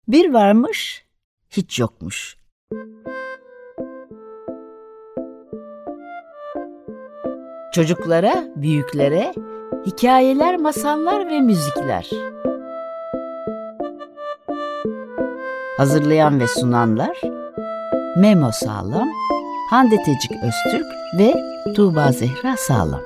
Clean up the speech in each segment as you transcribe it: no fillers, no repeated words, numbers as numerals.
Bir varmış, hiç yokmuş. Çocuklara, büyüklere hikayeler, masallar ve müzikler. Hazırlayan ve sunanlar Memo Sağlam, Hande Tecik Öztürk ve Tuğba Zehra Sağlam.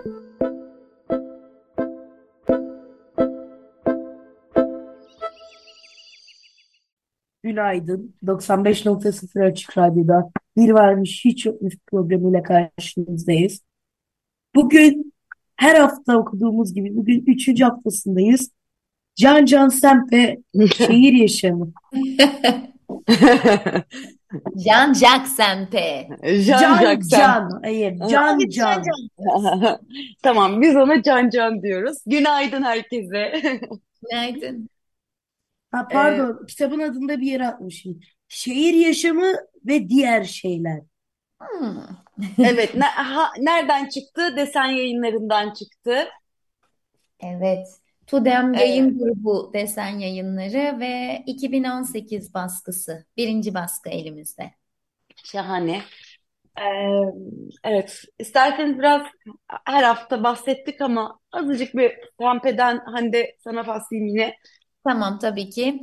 Günaydın. 95.0 Açık Radyo'da bir varmış hiç yokmuş programıyla karşınızdayız. Bugün her hafta okuduğumuz gibi bugün üçüncü haftasındayız. Can Can Sempe şehir yaşamı. Jean-Jacques Sempe. Can Jean-Jacques Sen. Can. Hayır Can Evet, Can. Jean-Jacques. Tamam, biz ona Can Can diyoruz. Günaydın herkese. Günaydın. Ha, Ee, pardon, kitabın adında bir yere atmışım. Şehir yaşamı ve diğer şeyler. Hmm. evet, nereden çıktı? Desen Yayınlarından çıktı. Evet. Tudem Ee, Yayın Grubu Desen Yayınları ve 2018 baskısı. Birinci baskı elimizde. Şahane. Ee, evet, isterseniz biraz her hafta bahsettik ama azıcık bir Tempe'den Hande sana paslayayım yine. Tamam, tabii ki.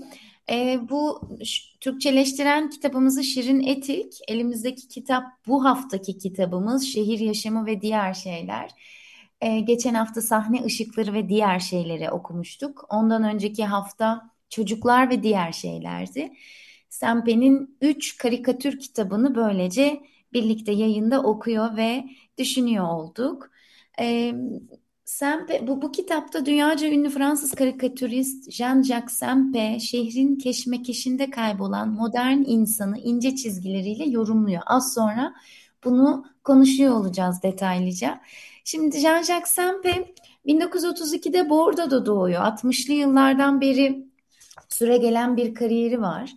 Bu Türkçeleştiren kitabımızı Şirin Etik. Elimizdeki kitap bu haftaki kitabımız Şehir Yaşamı ve Diğer Şeyler. Geçen hafta Sahne Işıkları ve Diğer Şeyleri okumuştuk. Ondan önceki hafta Çocuklar ve Diğer Şeylerdi. Sempe'nin 3 karikatür kitabını böylece birlikte yayında okuyor ve düşünüyor olduk. Ee, Sempe, bu kitapta dünyaca ünlü Fransız karikatürist Jean-Jacques Sempe şehrin keşmekeşinde kaybolan modern insanı ince çizgileriyle yorumluyor. Az sonra bunu konuşuyor olacağız detaylıca. Şimdi Jean-Jacques Sempe 1932'de Bordeaux'da doğuyor. 60'lı yıllardan beri süregelen bir kariyeri var.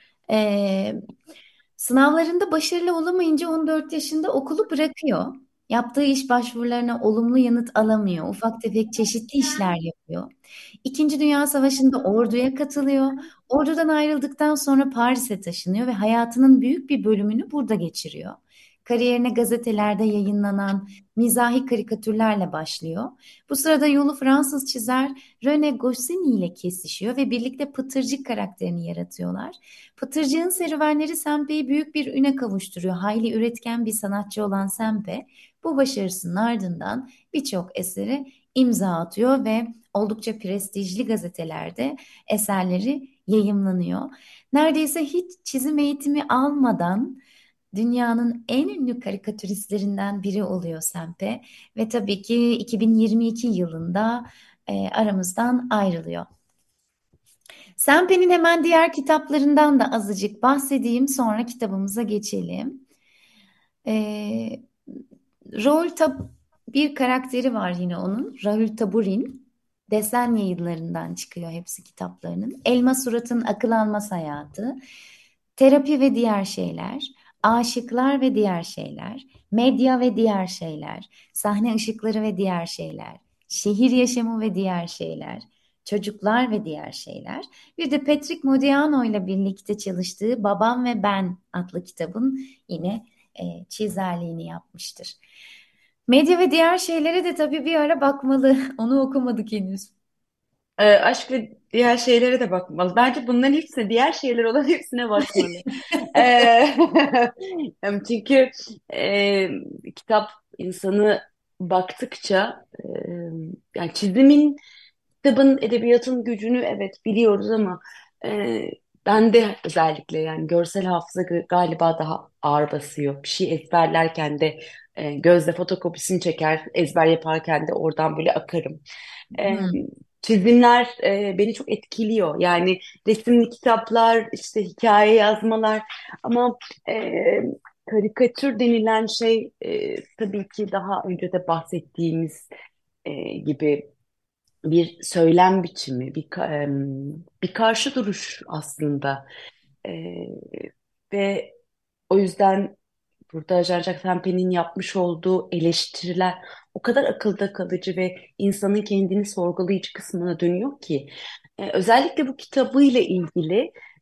Ee, Sınavlarında başarılı olamayınca 14 yaşında okulu bırakıyor. Yaptığı iş başvurularına olumlu yanıt alamıyor. Ufak tefek çeşitli işler yapıyor. İkinci Dünya Savaşı'nda orduya katılıyor. Ordudan ayrıldıktan sonra Paris'e taşınıyor ve hayatının büyük bir bölümünü burada geçiriyor. Kariyerine gazetelerde yayınlanan mizahi karikatürlerle başlıyor. Bu sırada yolu Fransız çizer René Goscinny ile kesişiyor ve birlikte Pıtırcık karakterini yaratıyorlar. Pıtırcığın serüvenleri Sempe'yi büyük bir üne kavuşturuyor. Hayli üretken bir sanatçı olan Sempe, bu başarısının ardından birçok eseri imza atıyor ve oldukça prestijli gazetelerde eserleri yayımlanıyor. Neredeyse hiç çizim eğitimi almadan dünyanın en ünlü karikatüristlerinden biri oluyor Sempe ve tabii ki 2022 yılında aramızdan ayrılıyor. Sempe'nin hemen diğer kitaplarından da azıcık bahsedeyim, sonra kitabımıza geçelim. Ee, Raoul Tab bir karakteri var yine onun. Raoul Taburin. Desen Yayınlarından çıkıyor hepsi kitaplarının. Elma Surat'ın Akıl Almaz Hayatı. Terapi ve Diğer Şeyler. Aşıklar ve Diğer Şeyler. Medya ve Diğer Şeyler. Sahne Işıkları ve Diğer Şeyler. Şehir Yaşamı ve Diğer Şeyler. Çocuklar ve Diğer Şeyler. Bir de Patrick Modiano ile birlikte çalıştığı Babam ve Ben adlı kitabın yine çizerliğini yapmıştır. Medya ve diğer şeylere de tabii bir ara bakmalı. Onu okumadık henüz. Aşk ve diğer şeylere de bakmalı. Bence bunların hepsine, diğer şeyler olan hepsine bakmalı. Ee, çünkü e, kitap insanı baktıkça yani kitabın, edebiyatın gücünü evet biliyoruz ama e, ben de özellikle yani görsel hafıza galiba daha ağır basıyor. Bir şey ezberlerken de gözle fotokopisini çeker, ezber yaparken de oradan böyle akarım. E, Hmm. çizimler beni çok etkiliyor. Yani resimli kitaplar, işte hikaye yazmalar ama e, karikatür denilen şey tabii ki daha önce de bahsettiğimiz gibi bir söylem biçimi, bir karşı duruş aslında. Ee, ve o yüzden burada Jean-Jacques Sempe'nin yapmış olduğu eleştiriler o kadar akılda kalıcı ve insanın kendini sorgulayıcı kısmına dönüyor ki özellikle bu kitabıyla ilgili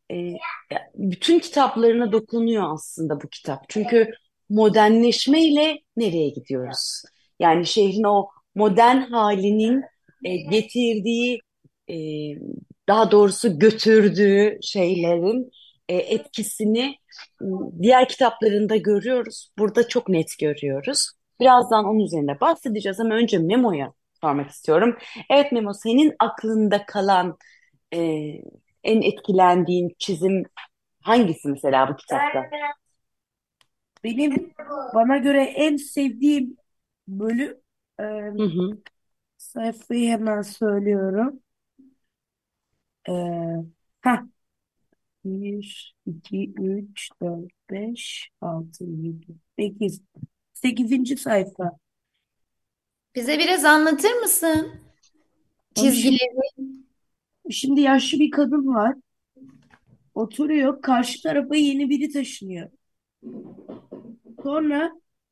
e, bütün kitaplarına dokunuyor aslında bu kitap. Çünkü modernleşmeyle nereye gidiyoruz? Yani şehrin o modern halinin getirdiği, e, daha doğrusu götürdüğü şeylerin etkisini diğer kitaplarında görüyoruz. Burada çok net görüyoruz. Birazdan onun üzerine bahsedeceğiz ama önce Memo'ya sormak istiyorum. Evet Memo, senin aklında kalan e, en etkilendiğin çizim hangisi mesela bu kitapta? Benim bana göre en sevdiğim bölüm, e, Hı hı. sayfayı hemen söylüyorum. E, heh, 1, 2, 3, 4, 5, 6, 7, 8. 8. sayfa. Bize biraz anlatır mısın Onu şimdi, çizgileri? şimdi yaşlı bir kadın var. Oturuyor. Karşı tarafa yeni biri taşınıyor. Sonra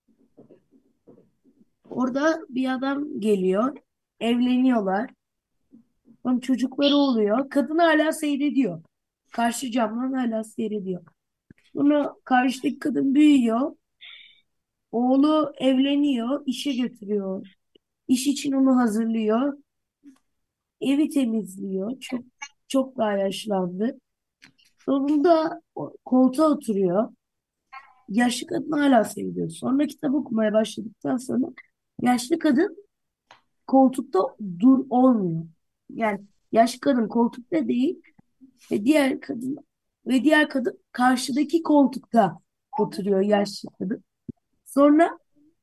orada bir adam geliyor. Evleniyorlar. Onun çocukları oluyor. Kadın hala seyrediyor. Karşı camdan hala seyrediyor. Sonra karşıdaki kadın büyüyor. Oğlu evleniyor. İşe götürüyor. İş için onu hazırlıyor. Evi temizliyor. Çok çok daha yaşlandı. Sonunda koltuğa oturuyor. Yaşlı kadın hala seyrediyor. Sonra kitap okumaya başladıktan sonra yaşlı kadın koltukta dur olmuyor. Yani yaşlı kadın koltukta değil ve diğer kadın karşıdaki koltukta oturuyor, yaşlı kadın. Sonra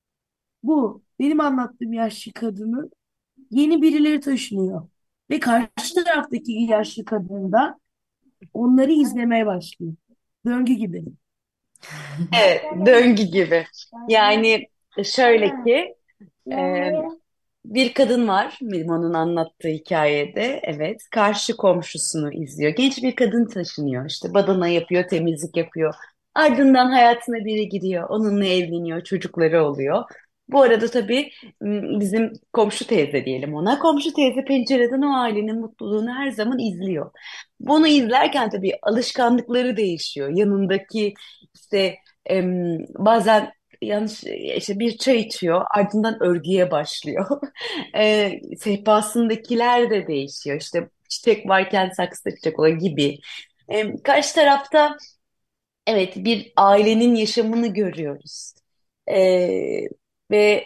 bu benim anlattığım yaşlı kadının yeni birileri taşınıyor ve karşı taraftaki yaşlı kadın da onları izlemeye başlıyor. Döngü gibi. Evet, döngü gibi. Yani şöyle ki e, bir kadın var Milmon'un anlattığı hikayede. Evet, karşı komşusunu izliyor. Genç bir kadın taşınıyor. İşte badana yapıyor, temizlik yapıyor. Ardından hayatına biri giriyor. Onunla evleniyor, çocukları oluyor. Bu arada tabii bizim komşu teyze diyelim ona. Komşu teyze pencereden o ailenin mutluluğunu her zaman izliyor. Bunu izlerken tabii alışkanlıkları değişiyor. Yanındaki işte bazen yanlış işte bir çay içiyor, ardından örgüye başlıyor. Sehpasındakiler de değişiyor. İşte çiçek varken saksıda çiçek olan gibi. Karşı tarafta evet bir ailenin yaşamını görüyoruz. E, ve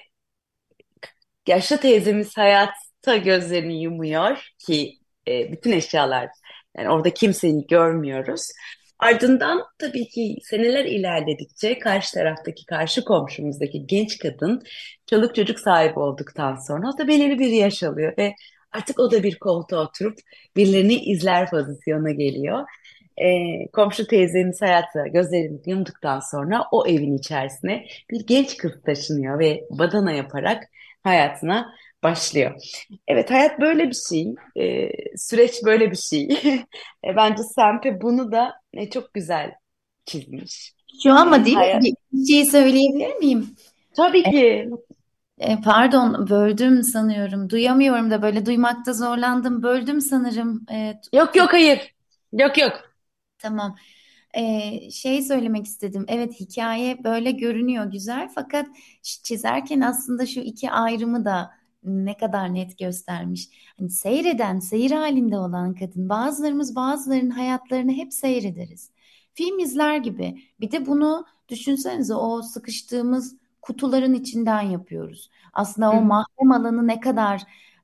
yaşlı teyzemiz hayatta gözlerini yumuyor ki bütün eşyalar yani orada kimseyi görmüyoruz. Ardından tabii ki seneler ilerledikçe karşı taraftaki karşı komşumuzdaki genç kadın çoluk çocuk sahibi olduktan sonra o da belirli bir yaş alıyor ve artık o da bir koltuğa oturup birilerini izler pozisyona geliyor. Komşu teyzemiz hayata gözlerini yumduktan sonra o evin içerisine bir genç kız taşınıyor ve badana yaparak hayatına başlıyor. Evet, hayat böyle bir şey. Süreç böyle bir şey. Bence Sempe bunu da çok güzel çizmiş. Şu an mı değil Hayat, bir şey söyleyebilir miyim? tabii ki. Pardon, böldüm sanıyorum. Duyamıyorum da böyle duymakta zorlandım. Böldüm sanırım. Yok yok hayır. Yok yok. Tamam. Şey söylemek istedim. Evet, hikaye böyle görünüyor güzel fakat çizerken aslında şu iki ayrımı da ne kadar net göstermiş. Hani seyreden, seyir halinde olan kadın. Bazılarımız bazılarının hayatlarını hep seyrederiz. Film izler gibi. Bir de bunu düşünsenize, o sıkıştığımız kutuların içinden yapıyoruz. Aslında Hı o hı. mahrem alanı ne kadar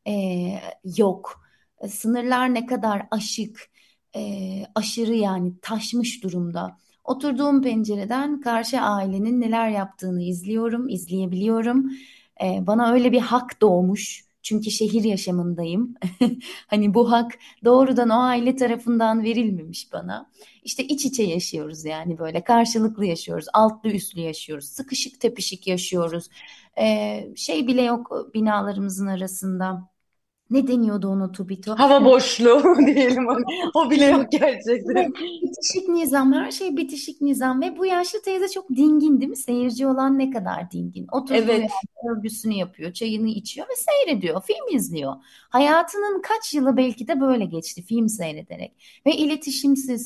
yok. Sınırlar ne kadar aşık, aşırı yani taşmış durumda. Oturduğum pencereden karşı ailenin neler yaptığını izliyorum, izleyebiliyorum. Bana öyle bir hak doğmuş. Çünkü şehir yaşamındayım. Hani bu hak doğrudan o aile tarafından verilmemiş bana. İşte iç içe yaşıyoruz, yani böyle karşılıklı yaşıyoruz. Altlı üstlü yaşıyoruz. Sıkışık tepişik yaşıyoruz. Şey bile yok binalarımızın arasında. Ne deniyordu ona, Tubito? Hava boşluğu diyelim. O bile yok Evet, gerçekten. bitişik nizam, her şey bitişik nizam ve bu yaşlı teyze çok dingin değil mi? Seyirci olan ne kadar dingin. Oturduğu yerde Evet. örgüsünü yapıyor, çayını içiyor ve seyrediyor, film izliyor. Hayatının kaç yılı belki de böyle geçti film seyrederek ve iletişimsiz.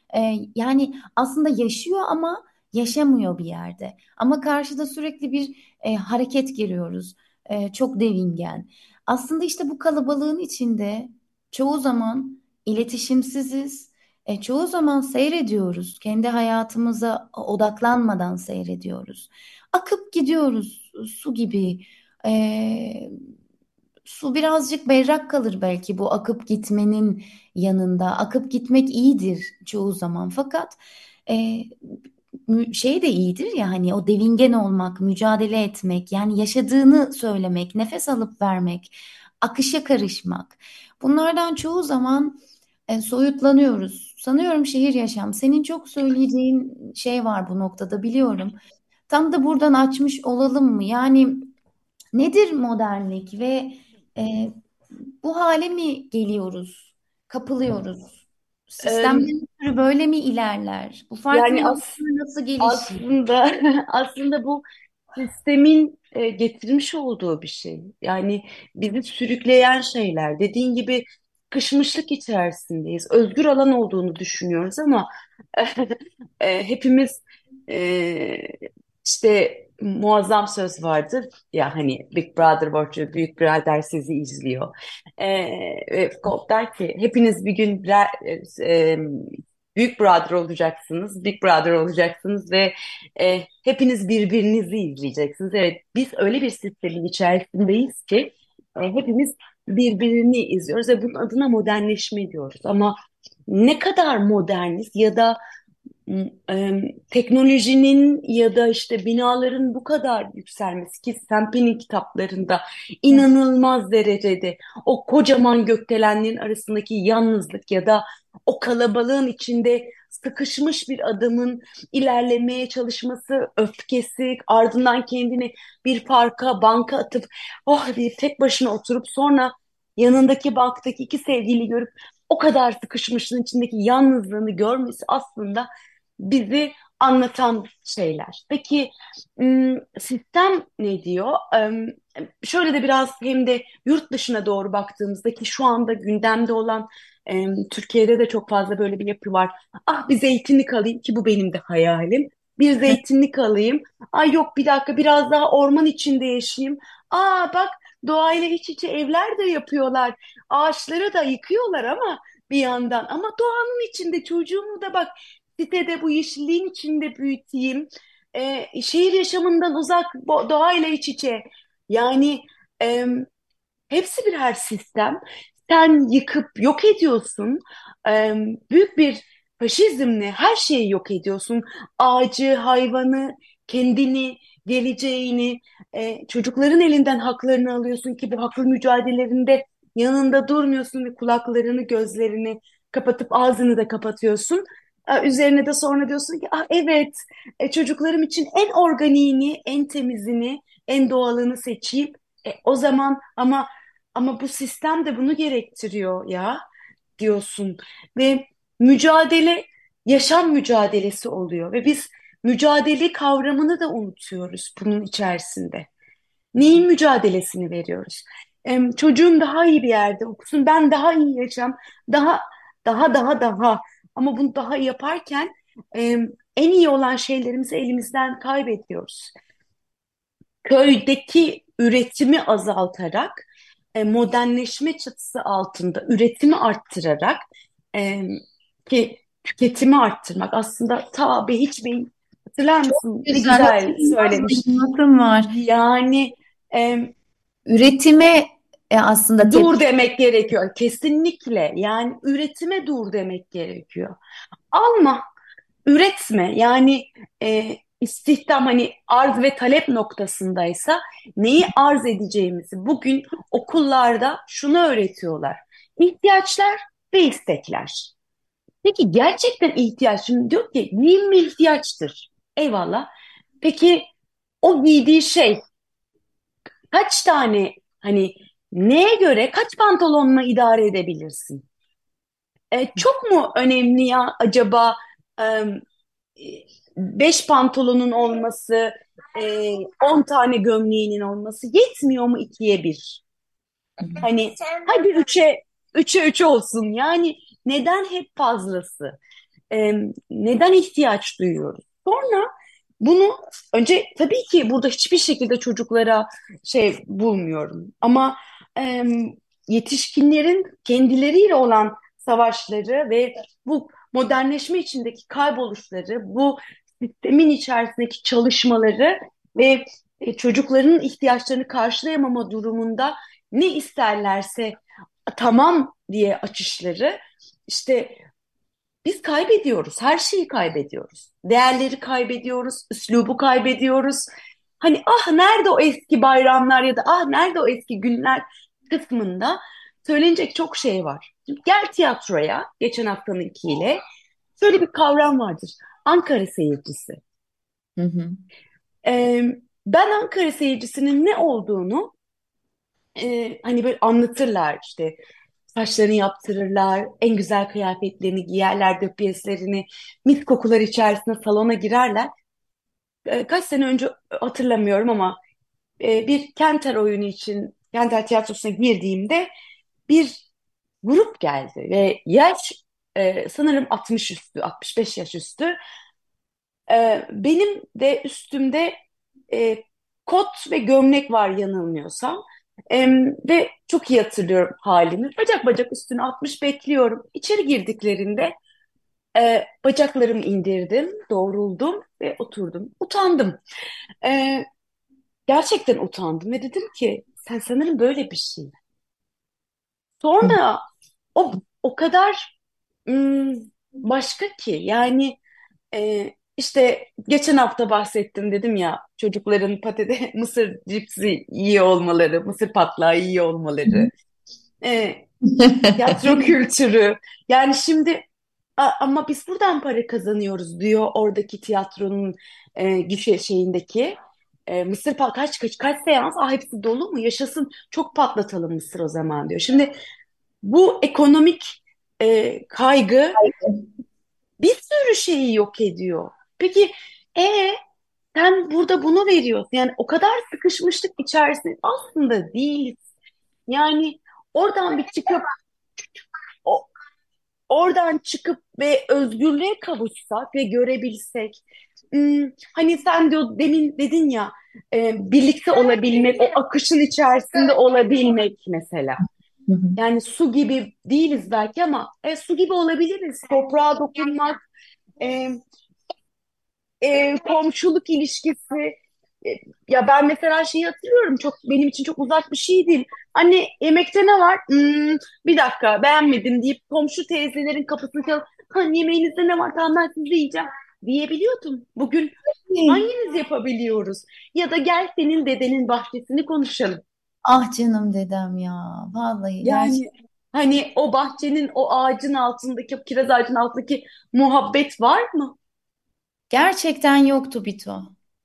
Yani aslında yaşıyor ama yaşamıyor bir yerde. Ama karşıda sürekli bir hareket görüyoruz. Çok devingen. Aslında işte bu kalabalığın içinde çoğu zaman iletişimsiziz. Çoğu zaman seyrediyoruz. Kendi hayatımıza odaklanmadan seyrediyoruz. Akıp gidiyoruz su gibi. E, Su birazcık berrak kalır belki bu akıp gitmenin yanında. Akıp gitmek iyidir çoğu zaman. Fakat e, şey de iyidir ya, hani o devingen olmak, mücadele etmek, yani yaşadığını söylemek, nefes alıp vermek, akışa karışmak. Bunlardan çoğu zaman soyutlanıyoruz. Sanıyorum şehir yaşam. Senin çok söyleyeceğin şey var bu noktada, biliyorum. Tam da buradan açmış olalım mı? Yani nedir modernlik ve e, bu hale mi geliyoruz, kapılıyoruz? Em, Sistemlerin türü böyle mi ilerler? Bu Yani farkındalıklar nasıl gelişir? aslında aslında bu sistemin getirmiş olduğu bir şey. Yani bizi sürükleyen şeyler. Dediğin gibi kışmışlık içerisindeyiz. Özgür alan olduğunu düşünüyoruz ama hepimiz e, işte muazzam söz vardır ya, hani Big Brother watch'u, Büyük Birader sizi izliyor. E, ve Colt der ki hepiniz bir gün Büyük Brother olacaksınız, Big Brother olacaksınız ve hepiniz birbirinizi izleyeceksiniz. Evet, biz öyle bir sistemin içerisindeyiz ki hepimiz birbirini izliyoruz ve bunun adına modernleşme diyoruz. Ama ne kadar moderniz ya da teknolojinin ya da işte binaların bu kadar yükselmesi ki Sempi'nin kitaplarında Evet. inanılmaz derecede o kocaman gökdelenlerin arasındaki yalnızlık ya da o kalabalığın içinde sıkışmış bir adamın ilerlemeye çalışması, öfkesi, ardından kendini bir parka, banka atıp oh deyip tek başına oturup sonra yanındaki banktaki iki sevgili görüp o kadar sıkışmışlığın içindeki yalnızlığını görmesi aslında bizi anlatan şeyler. Peki sistem ne diyor? Şöyle de biraz hem de yurt dışına doğru baktığımızda ki şu anda gündemde olan Türkiye'de de çok fazla böyle bir yapı var. Ah, bir zeytinlik alayım ki bu benim de hayalim. Bir zeytinlik alayım. Ay yok, bir dakika, biraz daha orman içinde yaşayayım. Aa bak, doğayla iç içe evler de yapıyorlar. Ağaçları da yıkıyorlar ama bir yandan. Ama doğanın içinde çocuğumu da bak sitede bu yeşilliğin içinde büyüteyim. Şehir yaşamından uzak, doğayla iç içe. Yani e, hepsi birer sistem. Sen yıkıp yok ediyorsun. Büyük bir faşizmle her şeyi yok ediyorsun. Ağacı, hayvanı, kendini, geleceğini, çocukların elinden haklarını alıyorsun ki bu haklı mücadelelerinde yanında durmuyorsun ve kulaklarını, gözlerini kapatıp ağzını da kapatıyorsun. Üzerine de sonra diyorsun ki ah, evet, çocuklarım için en organiğini, en temizini, en doğalını seçeyim. O zaman ama bu sistem de bunu gerektiriyor ya diyorsun ve mücadele yaşam mücadelesi oluyor ve biz mücadele kavramını da unutuyoruz bunun içerisinde. Neyin mücadelesini veriyoruz? Çocuğum daha iyi bir yerde okusun, ben daha iyi yaşam, daha daha ama bunu daha iyi yaparken en iyi olan şeylerimizi elimizden kaybediyoruz. Köydeki üretimi azaltarak modernleşme çatısı altında üretimi arttırarak e, ki tüketimi arttırmak aslında ta Behiç Bey'in, hatırlar mısın? Ne Güzel, güzel hatırlamaz söylemiş. mıyım? Bakım var. Yani Üretime aslında dur tepki. demek gerekiyor. Kesinlikle, yani üretime dur demek gerekiyor. Alma, üretme. Yani istihdam hani arz ve talep noktasındaysa neyi arz edeceğimizi bugün okullarda şunu öğretiyorlar. İhtiyaçlar ve istekler. Peki gerçekten ihtiyaç, şimdi diyor ki giyim mi ihtiyaçtır? Eyvallah. Peki o giydiği şey kaç tane, hani neye göre kaç pantolonla idare edebilirsin? Çok mu önemli ya acaba e, 5 pantolonun olması, 10 tane gömleğinin olması yetmiyor mu ikiye bir? Hani hadi üçe üç olsun. Yani neden hep fazlası? Neden ihtiyaç duyuyoruz? Sonra bunu önce tabii ki burada hiçbir şekilde çocuklara şey bulmuyorum. Ama e, yetişkinlerin kendileriyle olan savaşları ve bu modernleşme içindeki kayboluşları, bu sistemin içerisindeki çalışmaları ve çocukların ihtiyaçlarını karşılayamama durumunda ne isterlerse tamam diye açışları, işte biz kaybediyoruz. Her şeyi kaybediyoruz. Değerleri kaybediyoruz, üslubu kaybediyoruz. Hani ah nerede o eski bayramlar ya da ah nerede o eski günler kısmında söylenecek çok şey var. Şimdi gel tiyatroya geçen haftanınkiyle. Şöyle bir kavram vardır. Ankara seyircisi. Hı hı. Ee, Ben Ankara seyircisinin ne olduğunu hani böyle anlatırlar işte. Saçlarını yaptırırlar, en güzel kıyafetlerini giyerler, döpiyeslerini, mis kokular içerisinde salona girerler. Kaç sene önce hatırlamıyorum ama bir Kenter oyunu için Kenter Tiyatrosu'na girdiğimde bir grup geldi ve yaş sanırım 60 üstü, 65 yaş üstü. Benim de üstümde e, kot ve gömlek var yanılmıyorsam. Ve çok iyi hatırlıyorum halimi. Bacak bacak üstüne atmış bekliyorum. İçeri girdiklerinde bacaklarımı indirdim, doğruldum ve oturdum. Utandım. E, Gerçekten utandım ve dedim ki sen sanırım böyle bir şey. Sonra o kadar ım, başka ki yani işte geçen hafta bahsettim dedim ya çocukların mısır cipsi yiyor olmaları, mısır patlağı yiyor olmaları, e, tiyatro kültürü. Yani şimdi ama biz buradan para kazanıyoruz diyor oradaki tiyatronun gişe şeyindeki. Kaç seans? Hepsi dolu mu? Yaşasın çok patlatalım Mısır o zaman diyor. Şimdi bu ekonomik kaygı bir sürü şeyi yok ediyor. Peki e sen burada bunu veriyorsun. Yani o kadar sıkışmışlık içerisinde aslında değiliz. Yani oradan bir çıkıp o, oradan çıkıp ve özgürlüğe kavuşsak ve görebilsek. Hani sen diyor demin dedin ya birlikte olabilmek, o akışın içerisinde olabilmek mesela. Hı hı. Yani su gibi değiliz belki ama su gibi olabiliriz. Toprağa dokunmak, e, komşuluk ilişkisi. E, Ya ben mesela şeyi hatırlıyorum çok benim için çok uzak bir şey değil. Anne yemekte ne var? Bir dakika beğenmedim deyip komşu teyzelerin kapısını çalıp hani yemeğinizde ne var? Tamam ben sizi yiyeceğim diyebiliyordum. Bugün hangimiz yapabiliyoruz? Ya da gel senin dedenin bahçesini konuşalım. Ah canım dedem ya. Vallahi Yani hani o bahçenin o ağacın altındaki o kiraz ağacının altındaki muhabbet var mı? gerçekten yoktu Bito.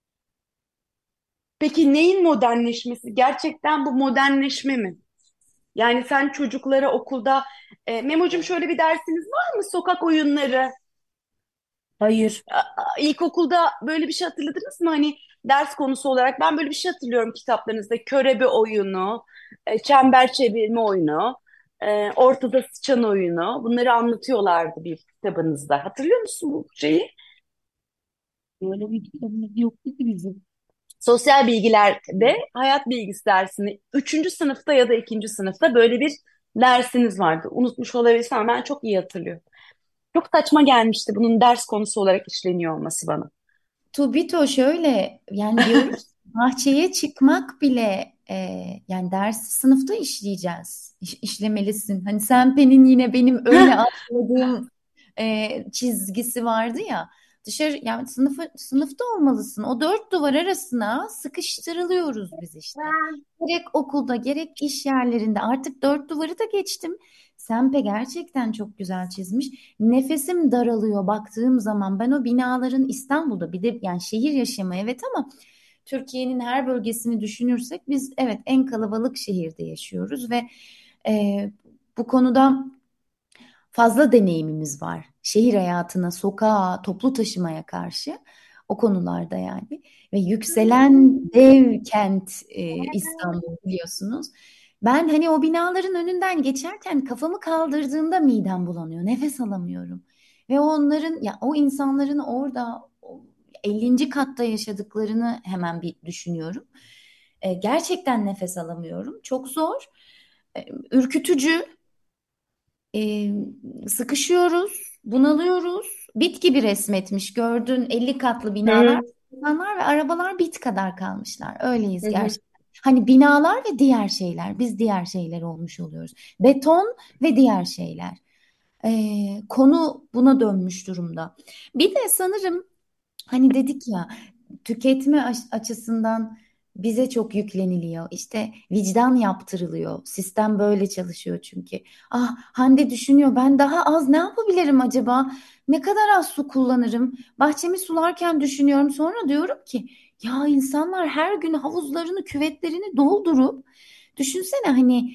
Peki neyin modernleşmesi? Gerçekten bu modernleşme mi? Yani sen çocuklara okulda Memo'cum şöyle bir dersiniz var mı? Sokak oyunları. Hayır. İlkokulda böyle bir şey hatırladınız mı? Hani ders konusu olarak ben böyle bir şey hatırlıyorum kitaplarınızda. Körebe oyunu, çember çevirme oyunu, ortada sıçan oyunu. Bunları anlatıyorlardı bir kitabınızda. Hatırlıyor musun bu şeyi? Böyle bir kitabımız yoktu ki bizim. Sosyal bilgilerde hayat bilgisi dersini üçüncü sınıfta ya da ikinci sınıfta böyle bir dersiniz vardı. Unutmuş olabilirsem ama ben çok iyi hatırlıyorum. Çok saçma gelmişti bunun ders konusu olarak işleniyor olması bana. Tubito şöyle yani diyoruz bahçeye çıkmak bile yani dersi sınıfta işleyeceğiz. İşlemelisin. Hani Sempe'nin yine benim öyle atladığım çizgisi vardı ya. Dışarı yani sınıfta olmalısın. O dört duvar arasına sıkıştırılıyoruz biz işte. Gerek okulda gerek iş yerlerinde artık dört duvarı da geçtim. Sempe gerçekten çok güzel çizmiş. Nefesim daralıyor baktığım zaman ben o binaların İstanbul'da bir de yani şehir yaşamı evet ama Türkiye'nin her bölgesini düşünürsek biz evet en kalabalık şehirde yaşıyoruz ve bu konuda fazla deneyimimiz var. Şehir hayatına, sokağa, toplu taşımaya karşı o konularda yani. Ve yükselen dev kent İstanbul biliyorsunuz. Ben hani o binaların önünden geçerken kafamı kaldırdığımda midem bulanıyor. Nefes alamıyorum. Ve onların ya o insanların orada 50. katta yaşadıklarını hemen bir düşünüyorum. Gerçekten nefes alamıyorum. Çok zor. Ürkütücü. E, Sıkışıyoruz, bunalıyoruz. Bit gibi resmetmiş. Gördün 50 katlı Hı binalar, hı, insanlar ve arabalar bit kadar kalmışlar. Öyleyiz hı hı. gerçekten. Hani binalar ve diğer şeyler. Biz diğer şeyler olmuş oluyoruz. Beton ve diğer şeyler. Konu buna dönmüş durumda. Bir de sanırım hani dedik ya tüketme açısından bize çok yükleniliyor. İşte vicdan yaptırılıyor. Sistem böyle çalışıyor çünkü. Ah Hande düşünüyor ben daha az ne yapabilirim acaba? Ne kadar az su kullanırım? Bahçemi sularken düşünüyorum. Sonra diyorum ki ya insanlar her gün havuzlarını, küvetlerini doldurup düşünsene hani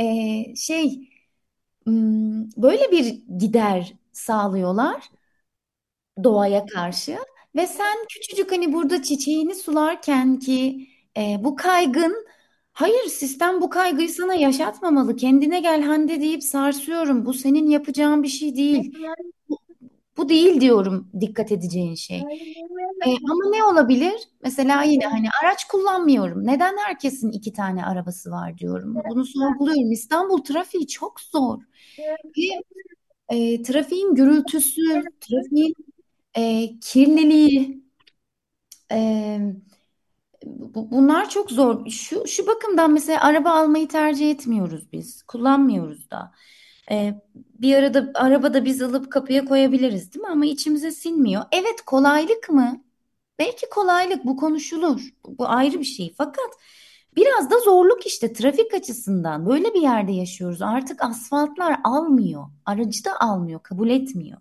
böyle bir gider sağlıyorlar doğaya karşı ve sen küçücük hani burada çiçeğini sularken ki bu kaygın hayır sistem bu kaygıyı sana yaşatmamalı kendine gel Hande deyip sarsıyorum bu senin yapacağın bir şey değil bu değil diyorum dikkat edeceğin şey. Ama ne olabilir mesela yine hani araç kullanmıyorum neden herkesin 2 tane arabası var diyorum bunu sorguluyorum İstanbul trafiği çok zor ve trafiğin gürültüsü trafiğin kirliliği, e, bunlar çok zor. Şu bakımdan mesela araba almayı tercih etmiyoruz biz. Kullanmıyoruz da. Bir arada arabada biz alıp kapıya koyabiliriz, değil mi? Ama içimize sinmiyor. Evet, kolaylık mı? Belki kolaylık bu konuşulur. Bu ayrı bir şey. Fakat biraz da zorluk işte trafik açısından. Böyle bir yerde yaşıyoruz. Artık asfaltlar almıyor. Aracı da almıyor, kabul etmiyor.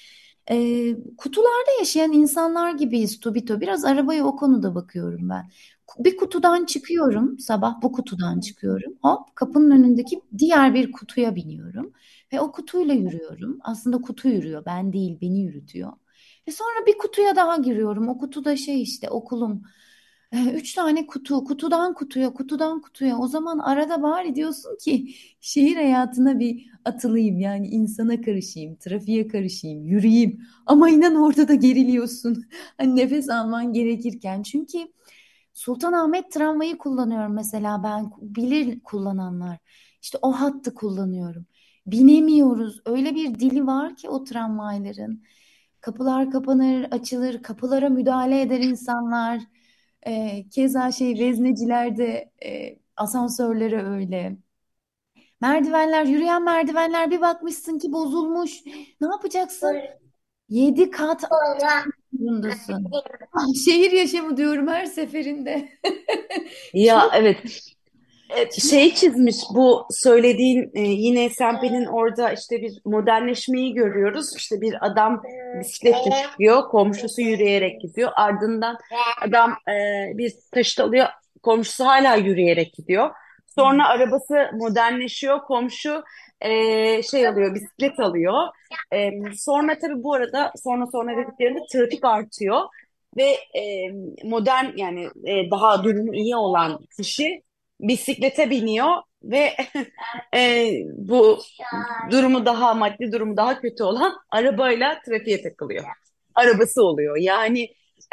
Kutularda yaşayan insanlar gibiyiz Tobito. Biraz arabaya o konuda bakıyorum ben. Bir kutudan çıkıyorum, sabah bu kutudan çıkıyorum. Hop kapının önündeki diğer bir kutuya biniyorum ve o kutuyla yürüyorum. Aslında kutu yürüyor, ben değil, beni yürütüyor. Ve sonra bir kutuya daha giriyorum. O kutuda şey işte okulum. 3 tane kutu, kutudan kutuya, kutudan kutuya. O zaman arada bari diyorsun ki şehir hayatına bir atılayım. Yani insana karışayım, trafiğe karışayım, yürüyeyim. Ama inan orada da geriliyorsun. Hani nefes alman gerekirken. Çünkü Sultanahmet tramvayı kullanıyorum mesela ben bilir kullananlar. İşte o hattı kullanıyorum. Binemiyoruz. Öyle bir dili var ki o tramvayların. Kapılar kapanır, açılır, kapılara müdahale eder insanlar. Keza şey veznecilerde asansörlere öyle. Merdivenler, yürüyen merdivenler bir bakmışsın ki bozulmuş. Ne yapacaksın? 7 kat zorundasın. Ah, şehir yaşamı diyorum her seferinde. Ya Çok evet. çok Şey çizmiş bu söylediğin, yine Sempe'nin orada işte bir modernleşmeyi görüyoruz. İşte bir adam bisikletle çıkıyor, komşusu yürüyerek gidiyor. Ardından adam bir taşıt alıyor, komşusu hala yürüyerek gidiyor. Sonra arabası modernleşiyor, komşu şey alıyor, bisiklet alıyor. Sonra tabii bu arada sonra dediklerinde trafik artıyor ve modern yani daha durumu iyi olan kişi bisiklete biniyor ve bu maddi durumu daha kötü olan arabayla trafiğe takılıyor. Arabası oluyor. Yani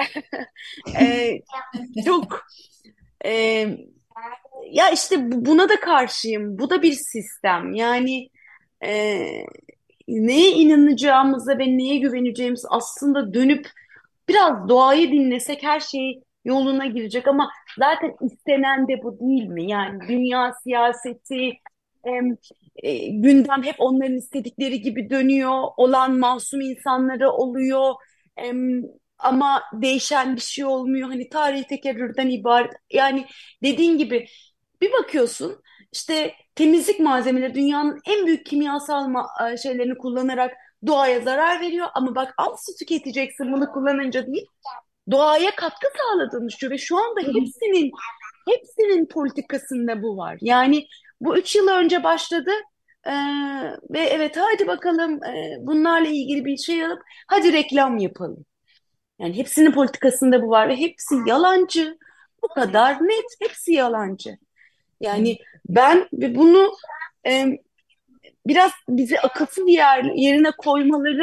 e, çok e, ya işte buna da karşıyım. Bu da bir sistem. Yani e, neye inanacağımıza ve neye güveneceğimiz aslında dönüp biraz doğayı dinlesek her şey yoluna girecek ama zaten istenen de bu değil mi? Yani dünya siyaseti, em, gündem hep onların istedikleri gibi dönüyor. Olan masum insanları oluyor. Em, ama değişen bir şey olmuyor. Hani tarih tekerrürden ibaret. Yani dediğin gibi bir bakıyorsun işte temizlik malzemeleri dünyanın en büyük kimyasal şeylerini kullanarak doğaya zarar veriyor ama bak az su tüketeceksin bunu kullanınca değil doğaya katkı sağladığını düşünüyor ve şu anda hepsinin politikasında bu var. Yani bu 3 yıl önce başladı Ee, ve evet hadi bakalım bunlarla ilgili bir şey alıp hadi reklam yapalım. Yani hepsinin politikasında bu var ve hepsi yalancı. Bu kadar net hepsi yalancı. evet. Yani ben bunu e, biraz bizi akılsız yerine koymaları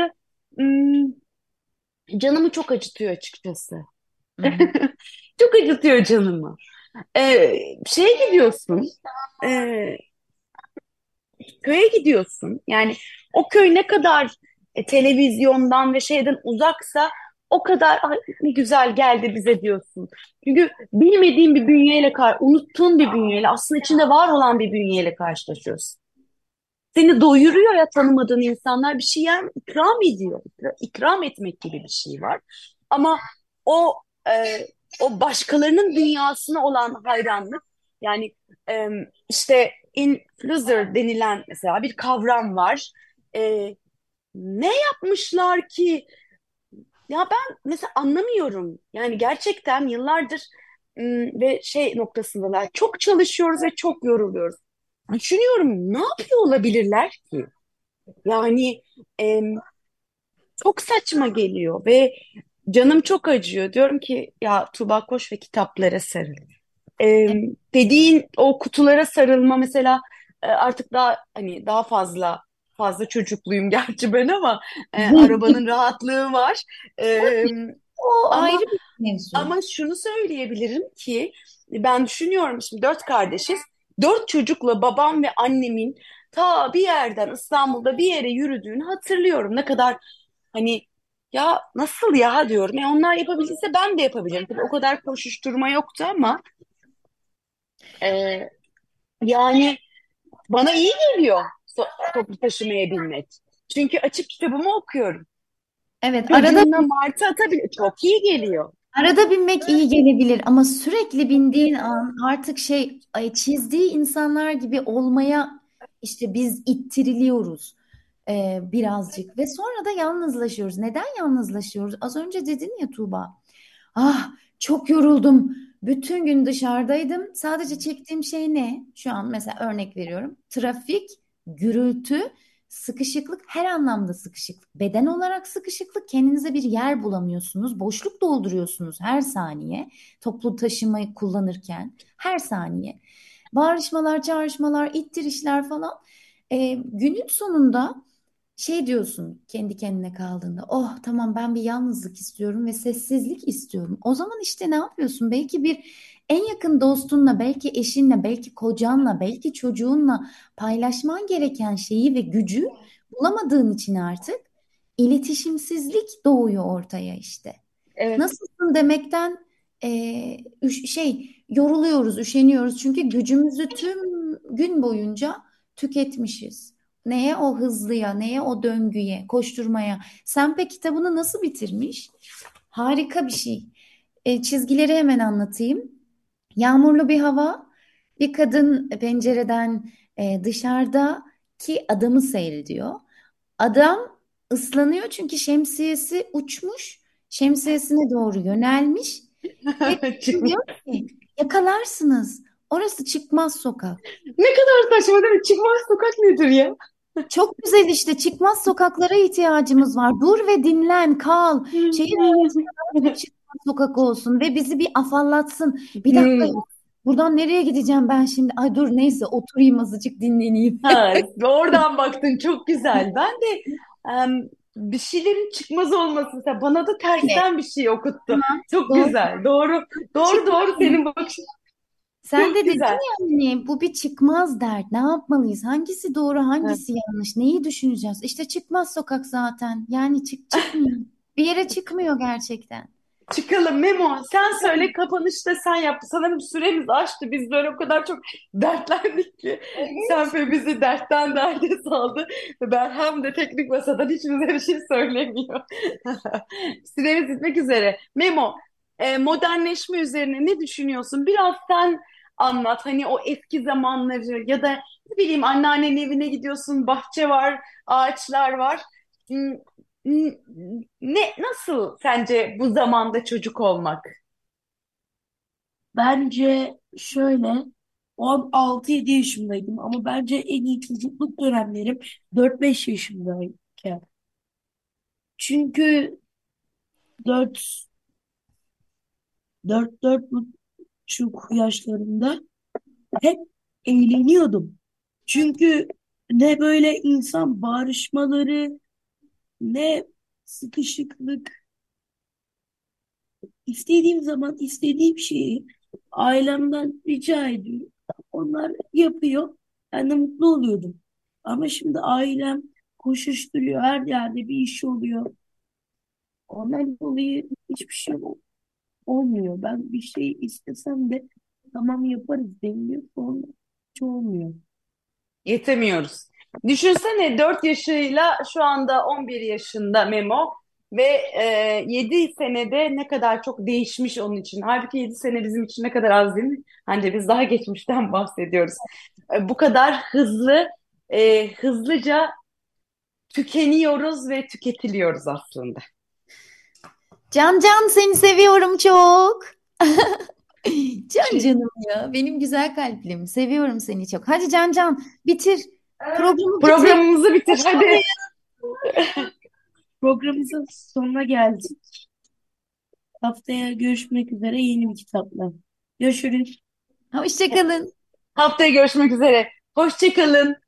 hmm, canımı çok acıtıyor açıkçası. Hı hı. Çok acıtıyor canımı. Şeye gidiyorsun, e, köye gidiyorsun. Yani o köy ne kadar televizyondan ve şeyden uzaksa o kadar "Ay, ne güzel geldi bize" diyorsun. Çünkü bilmediğin bir bünyeyle, unuttuğun bir bünyeyle, aslında içinde var olan bir bünyeyle karşılaşıyorsun. Seni doyuruyor ya, tanımadığın insanlar bir şey yer, ikram ediyor. İkram etmek gibi bir şey var. Ama o e, o başkalarının dünyasına olan hayranlık, yani e, işte influencer denilen mesela bir kavram var. Ne yapmışlar ki? Ya ben mesela anlamıyorum. Yani gerçekten yıllardır ve şey noktasındalar. Çok çalışıyoruz ve çok yoruluyoruz. Düşünüyorum, ne yapıyor olabilirler ki? Yani em, çok saçma geliyor ve canım çok acıyor. Diyorum ki ya Tuğba, koş ve kitaplara sarıl. Dediğin o kutulara sarılma mesela, artık daha hani daha fazla çocukluyum gerçi ben, ama arabanın rahatlığı var. Em, O ama ayrı bir mevzu. ama şunu söyleyebilirim ki ben düşünüyorum, şimdi dört kardeşiz. Dört çocukla babam ve annemin ta bir yerden İstanbul'da bir yere yürüdüğünü hatırlıyorum. Ne kadar hani, ya nasıl ya diyorum. Onlar yapabildiyse ben de yapabilirim. Tabii o kadar koşuşturma yoktu ama e, yani bana iyi geliyor toplu taşımaya binmek. Çünkü açıp kitabımı okuyorum. Evet, Çocuğumla martı atabilir. Çok iyi geliyor. arada binmek iyi gelebilir ama sürekli bindiğin an artık çizdiği insanlar gibi olmaya işte biz ittiriliyoruz birazcık ve sonra da yalnızlaşıyoruz. Neden yalnızlaşıyoruz? Az önce dedin ya Tuğba. Ah, çok yoruldum. Bütün gün dışarıdaydım. Sadece çektiğim şey ne? Şu an mesela örnek veriyorum. Trafik, gürültü, sıkışıklık, her anlamda sıkışıklık. Beden olarak sıkışıklık, kendinize bir yer bulamıyorsunuz. Boşluk dolduruyorsunuz her saniye. Toplu taşımayı kullanırken her saniye. Bağırışmalar, çağrışmalar, ittirişler falan. Günün sonunda şey diyorsun kendi kendine kaldığında, oh tamam, ben bir yalnızlık istiyorum ve sessizlik istiyorum. O zaman işte ne yapıyorsun? Belki bir en yakın dostunla, belki eşinle, belki kocanla, belki çocuğunla paylaşman gereken şeyi ve gücü bulamadığın için artık iletişimsizlik doğuyor ortaya işte. Evet. Nasılsın demekten yoruluyoruz, üşeniyoruz çünkü gücümüzü tüm gün boyunca tüketmişiz. Neye? O hızlıya, neye? O döngüye, koşturmaya. Sempe kitabını nasıl bitirmiş? Harika bir şey. Çizgileri hemen anlatayım. Yağmurlu bir hava, bir kadın pencereden dışarıdaki adamı seyrediyor. Adam ıslanıyor çünkü şemsiyesi uçmuş, şemsiyesine doğru yönelmiş ve Çıkmaz. diyor ki yakalarsınız. Orası çıkmaz sokak. Ne kadar saçma değil mi? Çıkmaz sokak nedir ya? Çok güzel işte, çıkmaz sokaklara ihtiyacımız var. Dur ve dinlen, kal. Şehir bir çıkmaz sokak olsun ve bizi bir afallatsın. Bir dakika ya, buradan nereye gideceğim ben şimdi? Ay dur, neyse oturayım azıcık dinleneyim. Ha, oradan baktın, çok güzel. Ben de bir şeylerin çıkmaz olması, mesela bana da Evet. tersten bir şey okuttu. Tamam. Çok Doğru. güzel. Doğru. Doğru doğru, Çıkmaz. senin bakışın Sen çok de dedin güzel. ya hani bu bir çıkmaz dert. Ne yapmalıyız? Hangisi doğru, Ha, hangisi yanlış? Neyi düşüneceğiz? İşte çıkmaz sokak zaten. Yani çıkmıyor. Bir yere çıkmıyor gerçekten. çıkalım Memo. Sen söyle, kapanışta sen yap. Sanırım süremiz aştı. Biz böyle o kadar çok dertlendik ki. Sen ve bizi dertten derde saldı. Ve Berhem de teknik masadan hiç bize bir şey söylemiyor. Süremiz bitmek üzere. Memo, modernleşme üzerine ne düşünüyorsun? Biraz sen anlat. Hani o eski zamanları, ya da ne bileyim, anneannenin evine gidiyorsun, bahçe var, ağaçlar var. Hmm, nasıl sence bu zamanda çocuk olmak? Bence şöyle, 16-7 yaşındaydım ama bence en iyi çocukluk dönemlerim 4-5 yaşındayken. Çünkü 4 4-4,5 yaşlarında hep eğleniyordum. Çünkü ne böyle insan bağırışmaları, ne sıkışıklık, istediğim zaman istediğim şeyi ailemden rica ediyorum. Onlar yapıyor. Ben de mutlu oluyordum. Ama şimdi ailem koşuşturuyor. Her yerde bir iş oluyor. Ondan dolayı hiçbir şey olmuyor. Ben bir şey istesem de tamam yaparız deniliyor. Sonra hiç olmuyor. Yetemiyoruz. Düşünsene 4 yaşıyla şu anda 11 yaşında Memo ve 7 senede ne kadar çok değişmiş onun için. Halbuki 7 sene bizim için ne kadar az değil mi? Hani biz daha geçmişten bahsediyoruz. Bu kadar hızlıca tükeniyoruz ve tüketiliyoruz aslında. Can Can seni seviyorum çok. Can canım ya. Benim güzel kalplim. Seviyorum seni çok. Hadi Can Can bitir. Programı bitir. Programımızı bitir hadi. Programımızın sonuna geldik. Haftaya görüşmek üzere yeni bir kitapla. Görüşürüz. Hoşça kalın. Haftaya görüşmek üzere. Hoşça kalın.